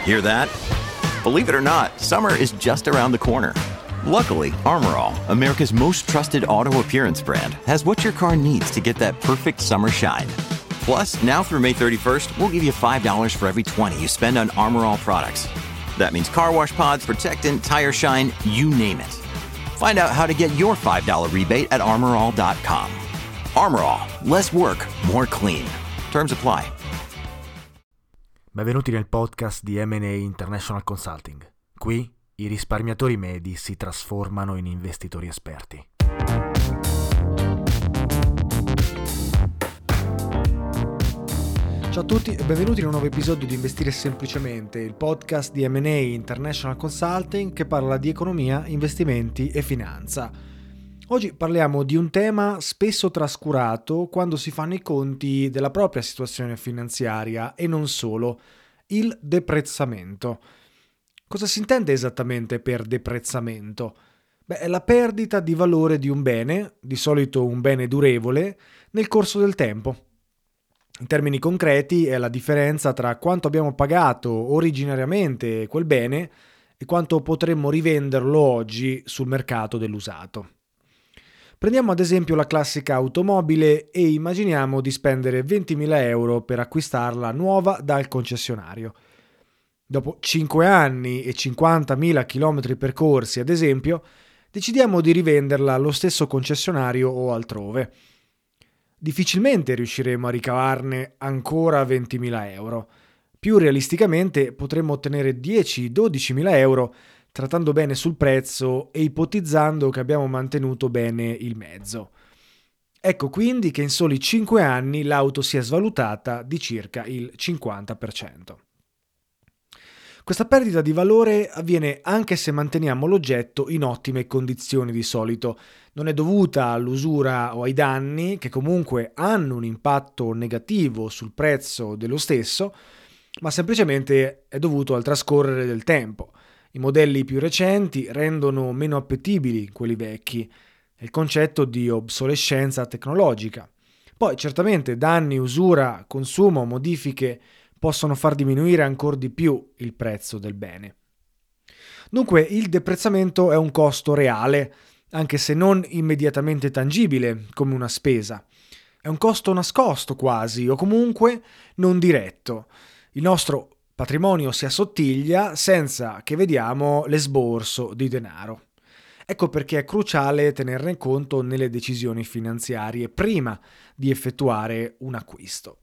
Hear that? Believe it or not, summer is just around the corner. Luckily, Armor All, America's most trusted auto appearance brand, has what your car needs to get that perfect summer shine. Plus, now through May 31st, we'll give you $5 for every $20 you spend on Armor All products. That means car wash pods, protectant, tire shine, you name it. Find out how to get your $5 rebate at armorall.com. Armor All, less work, more clean. Terms apply. Benvenuti nel podcast di M&A International Consulting. Qui i risparmiatori medi si trasformano in investitori esperti. Ciao a tutti e benvenuti in un nuovo episodio di Investire Semplicemente, il podcast di M&A International Consulting che parla di economia, investimenti e finanza. Oggi parliamo di un tema spesso trascurato quando si fanno i conti della propria situazione finanziaria e non solo, il deprezzamento. Cosa si intende esattamente per deprezzamento? È la perdita di valore di un bene, di solito un bene durevole, nel corso del tempo. In termini concreti è la differenza tra quanto abbiamo pagato originariamente quel bene e quanto potremmo rivenderlo oggi sul mercato dell'usato. Prendiamo ad esempio la classica automobile e immaginiamo di spendere 20.000 euro per acquistarla nuova dal concessionario. Dopo 5 anni e 50.000 chilometri percorsi, ad esempio, decidiamo di rivenderla allo stesso concessionario o altrove. Difficilmente riusciremo a ricavarne ancora 20.000 euro. Più realisticamente potremmo ottenere 10-12.000 euro trattando bene sul prezzo e ipotizzando che abbiamo mantenuto bene il mezzo. Ecco quindi che in soli 5 anni l'auto si è svalutata di circa il 50%. Questa perdita di valore avviene anche se manteniamo l'oggetto in ottime condizioni di solito. Non è dovuta all'usura o ai danni, che comunque hanno un impatto negativo sul prezzo dello stesso, ma semplicemente è dovuto al trascorrere del tempo. I modelli più recenti rendono meno appetibili quelli vecchi, è il concetto di obsolescenza tecnologica. Poi certamente danni, usura, consumo, modifiche possono far diminuire ancora di più il prezzo del bene. Dunque il deprezzamento è un costo reale, anche se non immediatamente tangibile come una spesa. È un costo nascosto quasi, o comunque non diretto. Il nostro patrimonio si assottiglia senza che vediamo l'esborso di denaro. Ecco perché è cruciale tenerne conto nelle decisioni finanziarie prima di effettuare un acquisto.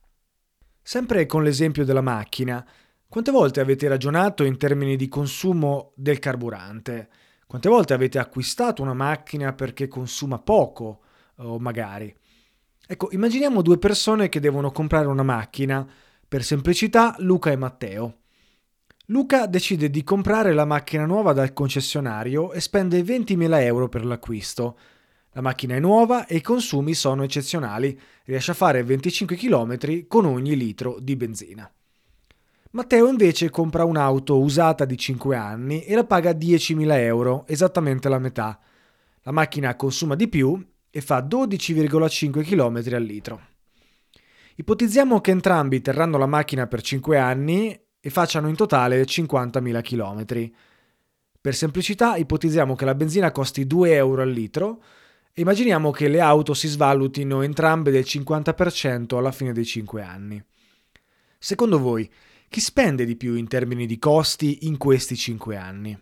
Sempre con l'esempio della macchina, quante volte avete ragionato in termini di consumo del carburante? Quante volte avete acquistato una macchina perché consuma poco, o magari? Ecco, immaginiamo due persone che devono comprare una macchina. Per semplicità, Luca e Matteo. Luca decide di comprare la macchina nuova dal concessionario e spende 20.000 euro per l'acquisto. La macchina è nuova e i consumi sono eccezionali, riesce a fare 25 km con ogni litro di benzina. Matteo invece compra un'auto usata di 5 anni e la paga 10.000 euro, esattamente la metà. La macchina consuma di più e fa 12,5 km al litro. Ipotizziamo che entrambi terranno la macchina per 5 anni e facciano in totale 50.000 km. Per semplicità ipotizziamo che la benzina costi 2 euro al litro e immaginiamo che le auto si svalutino entrambe del 50% alla fine dei 5 anni. Secondo voi, chi spende di più in termini di costi in questi 5 anni?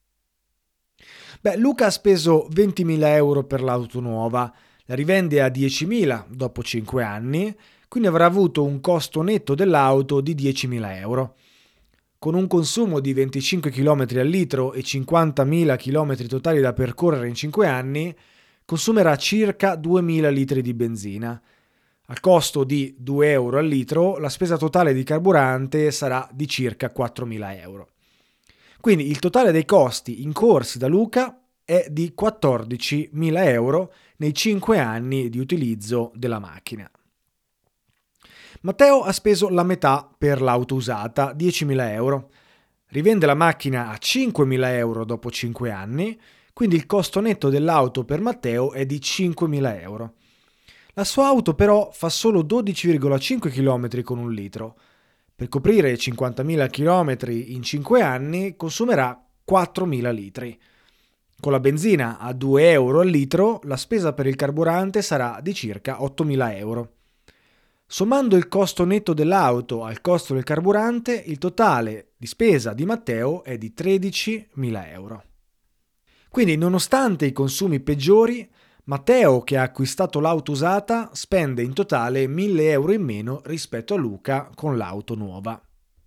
Luca ha speso 20.000 euro per l'auto nuova, la rivende a 10.000 dopo 5 anni, quindi avrà avuto un costo netto dell'auto di 10.000 euro. Con un consumo di 25 km al litro e 50.000 km totali da percorrere in 5 anni, consumerà circa 2.000 litri di benzina. Al costo di 2 euro al litro, la spesa totale di carburante sarà di circa 4.000 euro. Quindi il totale dei costi incorsi da Luca è di 14.000 euro nei 5 anni di utilizzo della macchina. Matteo ha speso la metà per l'auto usata, 10.000 euro. Rivende la macchina a 5.000 euro dopo 5 anni, quindi il costo netto dell'auto per Matteo è di 5.000 euro. La sua auto però fa solo 12,5 km con un litro. Per coprire 50.000 km in 5 anni consumerà 4.000 litri. Con la benzina a 2 euro al litro, la spesa per il carburante sarà di circa 8.000 euro. Sommando il costo netto dell'auto al costo del carburante, il totale di spesa di Matteo è di 13.000 euro. Quindi, nonostante i consumi peggiori, Matteo, che ha acquistato l'auto usata, spende in totale 1.000 euro in meno rispetto a Luca con l'auto nuova.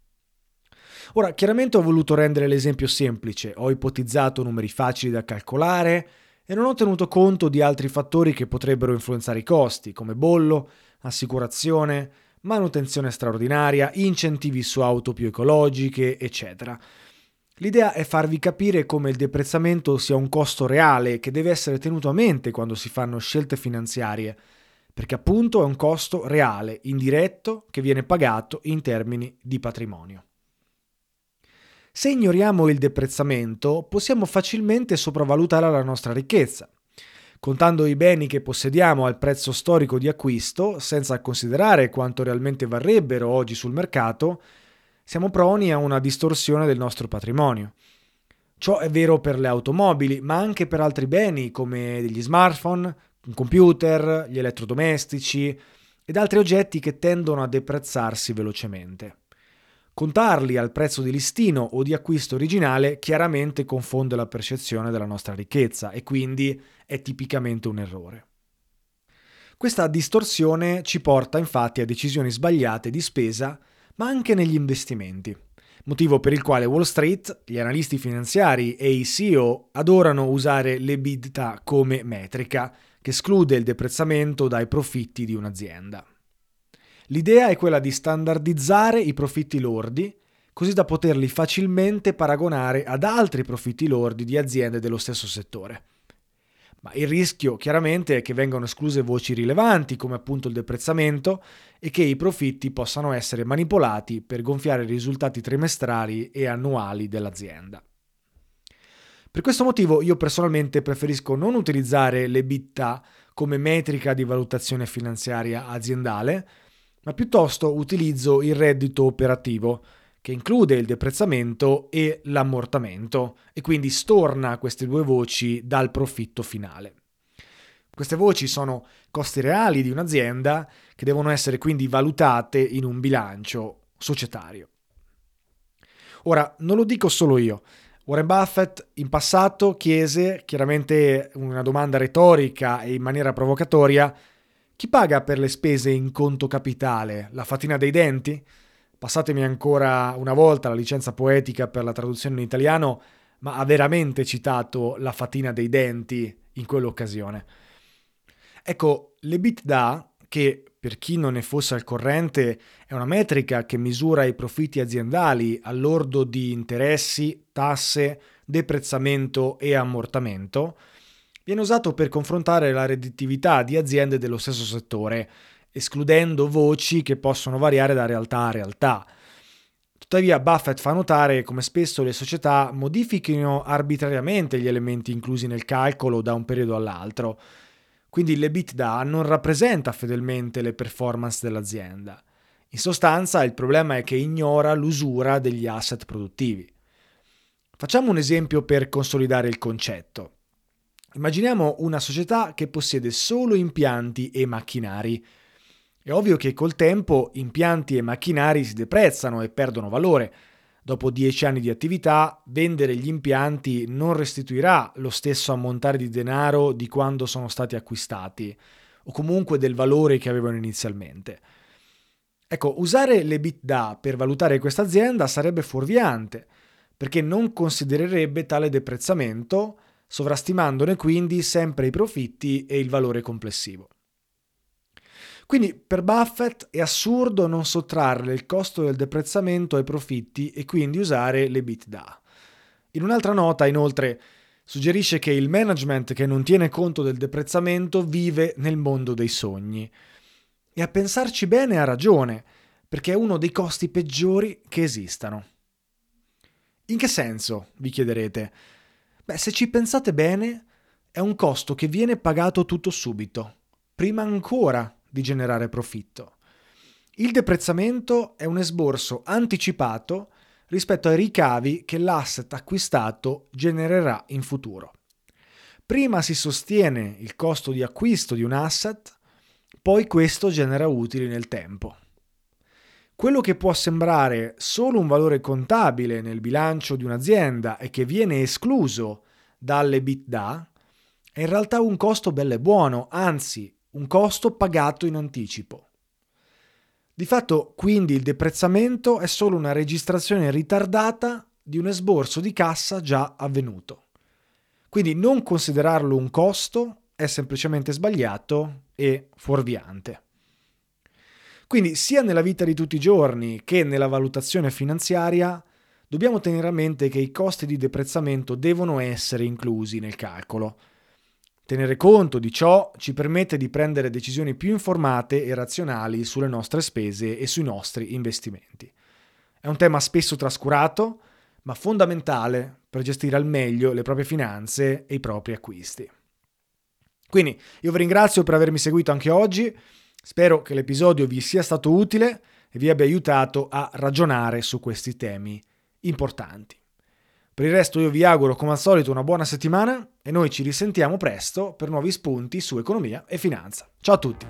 Ora, chiaramente ho voluto rendere l'esempio semplice, ho ipotizzato numeri facili da calcolare e non ho tenuto conto di altri fattori che potrebbero influenzare i costi, come bollo, assicurazione, manutenzione straordinaria, incentivi su auto più ecologiche, eccetera. L'idea è farvi capire come il deprezzamento sia un costo reale che deve essere tenuto a mente quando si fanno scelte finanziarie, perché appunto è un costo reale, indiretto, che viene pagato in termini di patrimonio. Se ignoriamo il deprezzamento, possiamo facilmente sopravvalutare la nostra ricchezza. Contando i beni che possediamo al prezzo storico di acquisto, senza considerare quanto realmente varrebbero oggi sul mercato, siamo proni a una distorsione del nostro patrimonio. Ciò è vero per le automobili, ma anche per altri beni come degli smartphone, un computer, gli elettrodomestici ed altri oggetti che tendono a deprezzarsi velocemente. Contarli al prezzo di listino o di acquisto originale chiaramente confonde la percezione della nostra ricchezza e quindi è tipicamente un errore. Questa distorsione ci porta infatti a decisioni sbagliate di spesa, ma anche negli investimenti, motivo per il quale Wall Street, gli analisti finanziari e i CEO adorano usare l'EBITDA come metrica, che esclude il deprezzamento dai profitti di un'azienda. L'idea è quella di standardizzare i profitti lordi, così da poterli facilmente paragonare ad altri profitti lordi di aziende dello stesso settore. Ma il rischio chiaramente è che vengano escluse voci rilevanti come appunto il deprezzamento e che i profitti possano essere manipolati per gonfiare i risultati trimestrali e annuali dell'azienda. Per questo motivo io personalmente preferisco non utilizzare l'EBITDA come metrica di valutazione finanziaria aziendale, ma piuttosto utilizzo il reddito operativo, che include il deprezzamento e l'ammortamento, e quindi storna queste due voci dal profitto finale. Queste voci sono costi reali di un'azienda che devono essere quindi valutate in un bilancio societario. Ora, non lo dico solo io. Warren Buffett in passato chiese, chiaramente una domanda retorica e in maniera provocatoria, chi paga per le spese in conto capitale? La fatina dei denti? Passatemi ancora una volta la licenza poetica per la traduzione in italiano, ma ha veramente citato la fatina dei denti in quell'occasione. Ecco, l'EBITDA, che per chi non ne fosse al corrente è una metrica che misura i profitti aziendali al lordo di interessi, tasse, deprezzamento e ammortamento, viene usato per confrontare la redditività di aziende dello stesso settore, escludendo voci che possono variare da realtà a realtà. Tuttavia, Buffett fa notare come spesso le società modifichino arbitrariamente gli elementi inclusi nel calcolo da un periodo all'altro. Quindi l'EBITDA non rappresenta fedelmente le performance dell'azienda. In sostanza, il problema è che ignora l'usura degli asset produttivi. Facciamo un esempio per consolidare il concetto. Immaginiamo una società che possiede solo impianti e macchinari. È ovvio che col tempo impianti e macchinari si deprezzano e perdono valore. Dopo 10 anni di attività, vendere gli impianti non restituirà lo stesso ammontare di denaro di quando sono stati acquistati, o comunque del valore che avevano inizialmente. Ecco, usare l'EBITDA per valutare questa azienda sarebbe fuorviante, perché non considererebbe tale deprezzamento, sovrastimandone quindi sempre i profitti e il valore complessivo. Quindi per Buffett è assurdo non sottrarre il costo del deprezzamento ai profitti e quindi usare l'EBITDA. In un'altra nota, inoltre, suggerisce che il management che non tiene conto del deprezzamento vive nel mondo dei sogni. E a pensarci bene ha ragione, perché è uno dei costi peggiori che esistano. In che senso, vi chiederete? Se ci pensate bene, è un costo che viene pagato tutto subito, prima ancora di generare profitto. Il deprezzamento è un esborso anticipato rispetto ai ricavi che l'asset acquistato genererà in futuro. Prima si sostiene il costo di acquisto di un asset, poi questo genera utili nel tempo. Quello che può sembrare solo un valore contabile nel bilancio di un'azienda e che viene escluso dall'EBITDA è in realtà un costo bello e buono, anzi un costo pagato in anticipo. Di fatto, quindi, il deprezzamento è solo una registrazione ritardata di un esborso di cassa già avvenuto. Quindi non considerarlo un costo è semplicemente sbagliato e fuorviante. Quindi sia nella vita di tutti i giorni che nella valutazione finanziaria dobbiamo tenere a mente che i costi di deprezzamento devono essere inclusi nel calcolo. Tenere conto di ciò ci permette di prendere decisioni più informate e razionali sulle nostre spese e sui nostri investimenti. È un tema spesso trascurato, ma fondamentale per gestire al meglio le proprie finanze e i propri acquisti. Quindi io vi ringrazio per avermi seguito anche oggi, spero che l'episodio vi sia stato utile e vi abbia aiutato a ragionare su questi temi importanti. Per il resto io vi auguro come al solito una buona settimana e noi ci risentiamo presto per nuovi spunti su economia e finanza. Ciao a tutti!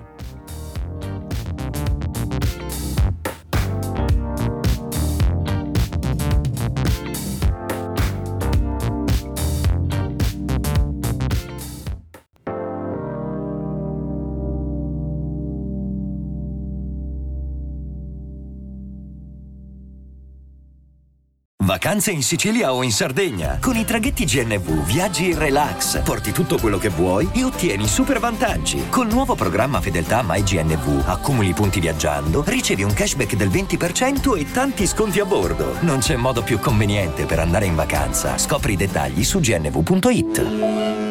Vacanze in Sicilia o in Sardegna. Con i traghetti GNV viaggi in relax, porti tutto quello che vuoi e ottieni super vantaggi. Col nuovo programma Fedeltà MyGNV accumuli punti viaggiando, ricevi un cashback del 20% e tanti sconti a bordo. Non c'è modo più conveniente per andare in vacanza. Scopri i dettagli su gnv.it.